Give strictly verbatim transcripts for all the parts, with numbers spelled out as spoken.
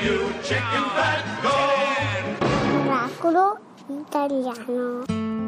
you chicken fat, go! Miracolo italiano.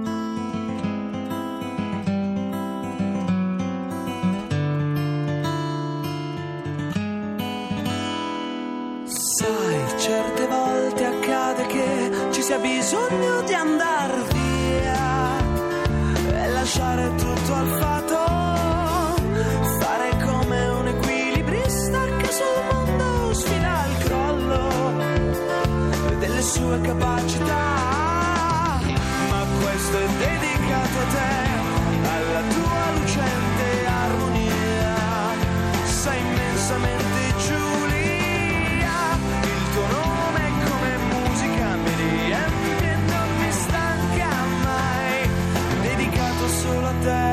Sai, certe volte accade che ci sia bisogno di andar via e lasciare tutto al fato, fare come un equilibrista che sul mondo sfida il crollo delle sue capacità. Ma questo è dedicato a te, alla tua lucente armonia. Sei immensamente Giulia, il tuo nome è come musica, mi riempie e non mi stanca mai, dedicato solo a te.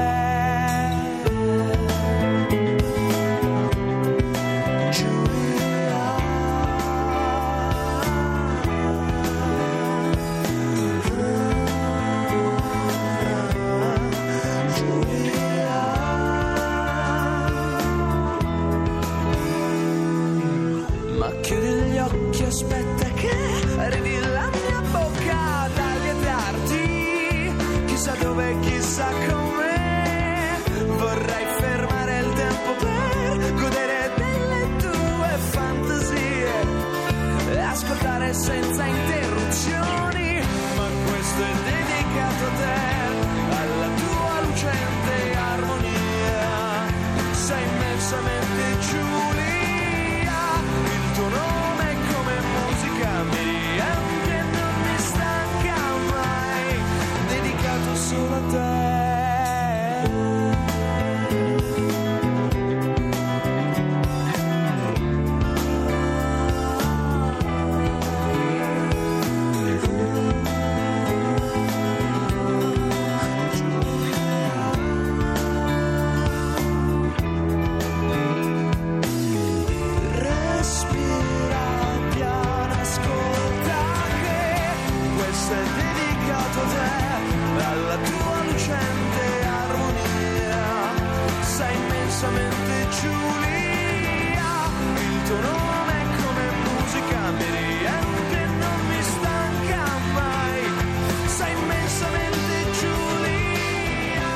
Aspetta che arrivi la mia bocca ad allietarti, chissà dove, chissà come. Vorrei fermare il tempo per godere delle tue fantasie e ascoltare senza interruzioni. Ma questo è dedicato a te, alla tua lucente armonia. Sei immensamente Giulia, il tuo nome mi riempie e non mi stanca mai, dedicato solo a te. Alla tua lucente armonia, sei immensamente Giulia, il tuo nome è come musica, mi riempie e non mi stanca mai, sei immensamente Giulia.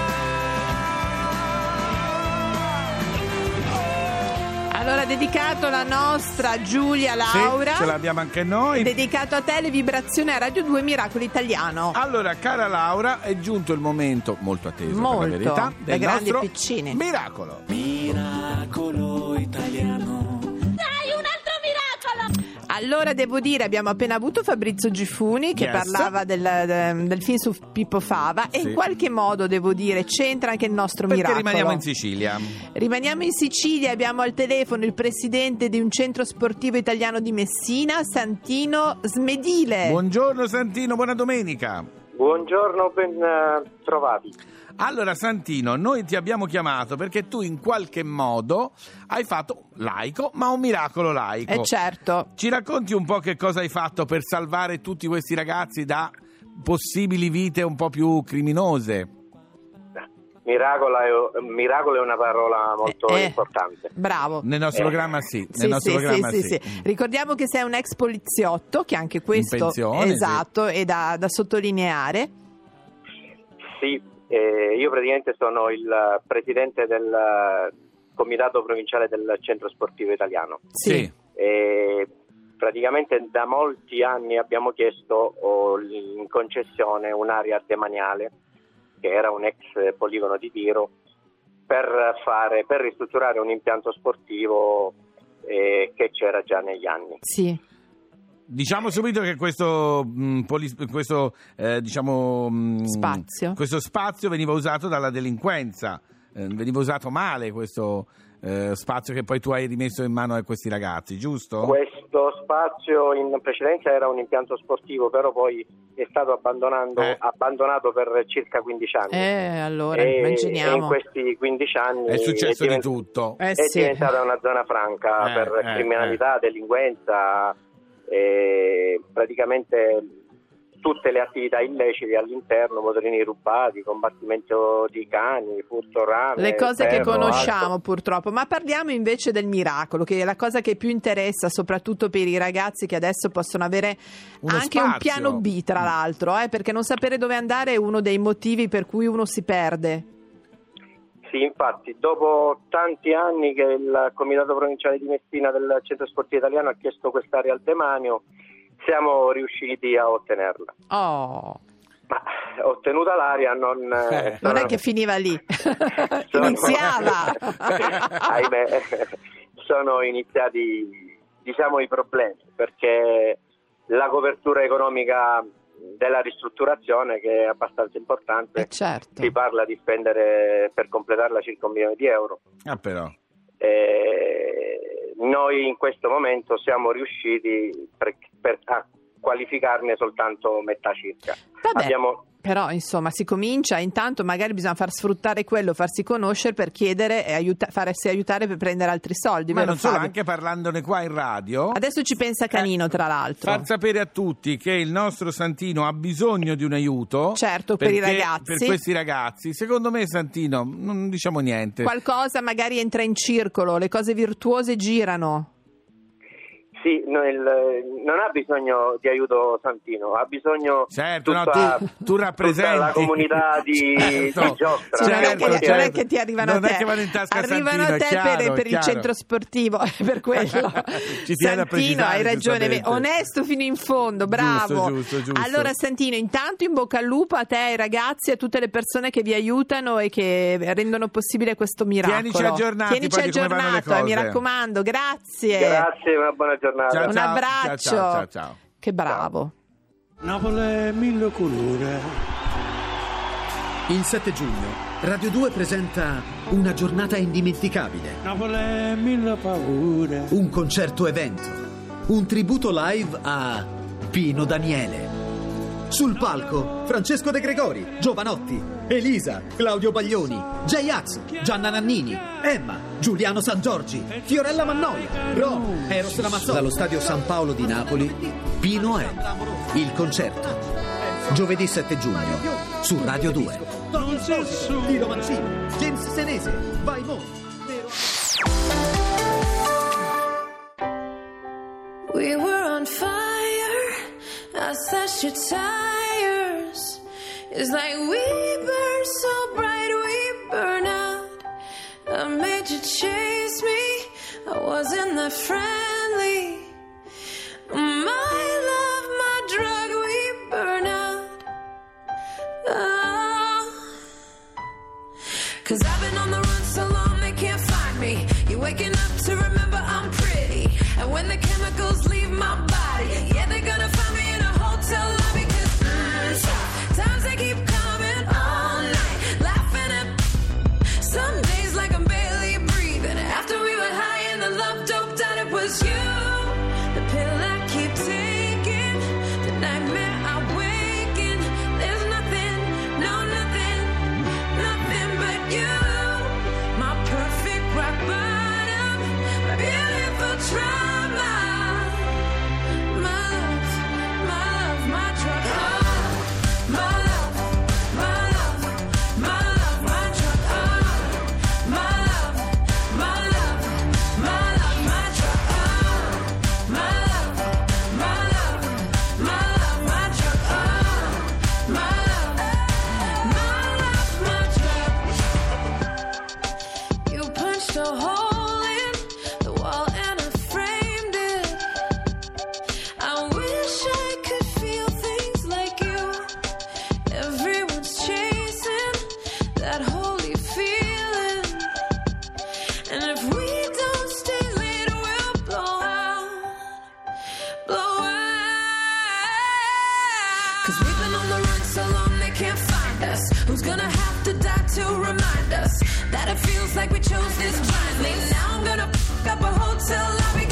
Allora, dedicato alla nostra Giulia Laura. Sì, ce l'abbiamo anche noi. Dedicato a te, le vibrazioni a Radio due Miracolo Italiano. Allora, cara Laura, è giunto il momento molto atteso, molto, per la verità, da del grandi nostro e piccini. Miracolo. Miracolo italiano. Dai, un altro miracolo! Allora, devo dire, abbiamo appena avuto Fabrizio Gifuni che Yes. parlava del, del, del film su Pippo Fava e Sì. in qualche modo, devo dire, c'entra anche il nostro Perché miracolo. rimaniamo in Sicilia. Rimaniamo in Sicilia, abbiamo al telefono il presidente di un centro sportivo italiano di Messina, Santino Smedile. Buongiorno Santino, buona domenica. Buongiorno, ben uh, trovati. Allora Santino, noi ti abbiamo chiamato perché tu in qualche modo hai fatto laico, ma un miracolo laico. Eh certo. Ci racconti un po' che cosa hai fatto per salvare tutti questi ragazzi da possibili vite un po' più criminose? Miracolo è, miracolo è una parola molto Eh, eh. importante. Bravo. Nel nostro Eh. programma sì, nel Sì, nostro sì, programma sì, sì. sì, sì. Ricordiamo che sei un ex poliziotto, che anche questo In pensione, esatto, è da, da sottolineare. Sì, eh, io praticamente sono il presidente del comitato provinciale del centro sportivo italiano. Sì. E praticamente da molti anni abbiamo chiesto oh, in concessione un'area demaniale, che era un ex poligono di tiro, per fare per ristrutturare un impianto sportivo eh, che c'era già negli anni. Sì. Diciamo subito che questo, mh, polis- questo eh, diciamo mh, Spazio. questo spazio veniva usato dalla delinquenza, eh, veniva usato male questo eh, spazio che poi tu hai rimesso in mano a questi ragazzi, giusto? Questo spazio in precedenza era un impianto sportivo, però poi è stato abbandonando, Eh. abbandonato per circa quindici anni. Eh, allora, e, immaginiamo. e in questi quindici anni È successo divent- di tutto. Eh, è sì. diventata una zona franca Eh, per eh, criminalità, delinquenza, e praticamente tutte le attività illecite all'interno, motorini rubati, combattimento di cani, furto rame, le cose ferro, che conosciamo altro. purtroppo. Ma parliamo invece del miracolo, che è la cosa che più interessa soprattutto per i ragazzi che adesso possono avere Uno anche un spazio. piano B, tra l'altro, eh, perché non sapere dove andare è uno dei motivi per cui uno si perde. Sì, infatti, dopo tanti anni che il Comitato Provinciale di Messina del Centro Sportivo Italiano ha chiesto quest'area al demanio, siamo riusciti a ottenerla. Oh, Ma ottenuta l'area non... Eh, non è che finiva lì, iniziava. Ahimè, sono iniziati, diciamo, i problemi, perché la copertura economica della ristrutturazione, che è abbastanza importante, Eh, certo. si parla di spendere per completarla circa un milione di euro. Ah, però. Eh, noi in questo momento siamo riusciti per, per, a qualificarne soltanto metà circa. Vabbè, Abbiamo, però insomma si comincia, intanto magari bisogna far sfruttare quello, farsi conoscere per chiedere e aiuta- farsi aiutare per prendere altri soldi, Ma vero non solo, Fabio? anche parlandone qua in radio. Adesso ci pensa Canino, tra l'altro. Far sapere a tutti che il nostro Santino ha bisogno di un aiuto. Certo, per i perché- ragazzi. Per questi ragazzi. Secondo me, Santino, non diciamo niente. Qualcosa magari entra in circolo, le cose virtuose girano. sì, no, il, non ha bisogno di aiuto Santino, ha bisogno Certo, no, tutta, tu, tu rappresenti tutta la comunità di, Certo, di Giostra. Cioè, non, è certo, che, certo. non è che ti arrivano Non a è te, che vanno in tasca a arrivano Santino, a te è chiaro, per, per il chiaro. centro sportivo, è per quello. Ci tiene a Santino, precisare, hai ragione, giustamente. onesto fino in fondo, bravo. Giusto, giusto, giusto. Allora Santino, intanto in bocca al lupo a te, ai ragazzi, a tutte le persone che vi aiutano e che rendono possibile questo miracolo. Tienici aggiornati Tienici poi di come vanno le aggiornato, eh, mi cose. raccomando, grazie. Grazie, una buona giornata. Ciao, Un ciao, abbraccio. ciao, ciao, ciao. Che bravo. Napoli è mille colori. Il sette giugno, Radio due presenta una giornata indimenticabile, Napoli è mille paure. un concerto evento, un tributo live a Pino Daniele. Sul palco, Francesco De Gregori, Giovanotti, Elisa, Claudio Baglioni, J-Ax, Gianna Nannini, Emma, Giuliano San Giorgi, Fiorella Mannoia, Ron, Eros Ramazzotti. Dallo stadio San Paolo di Napoli, Pino è il concerto. Giovedì sette giugno, su Radio due. Non c'è su. Tiro Mancini, James Senese, Vai Mo. We were on fire, I slashed your tires. It's like we burn so bright, we burn out. I made you chase me, I wasn't that friendly. My love, my drug, we burn out. Oh. Cause I've been on the run so long they can't find me. You're waking up to remember I'm pretty. And when the chemicals leave my body, yeah, they're gonna find me in a hotel lobby. Cause mm, times they keep coming all night, laughing at some days like I'm barely breathing. After we were high and the love doped out, it was you. The pill I keep taking, the nightmare I wake in. There's nothing, no nothing, nothing but you. My perfect rock bottom, my beautiful trauma. My love, my love, my drug. Oh, my love, my love, my love, my drug. Oh, my love, my love, my love, my drug. Oh, my love, my love, my love, my drug. Oh, my love, my love, my drug. You punched a hole in the wall and I framed it. I wish I could feel things like you. Everyone's chasing that holy feeling. And if we don't stay lit, we'll blow out, blow out. Cause we've been on the run so long they can't find us. Who's gonna have to die to remind us that it feels like we chose this blindly? Now I'm gonna f*** up a hotel lobby.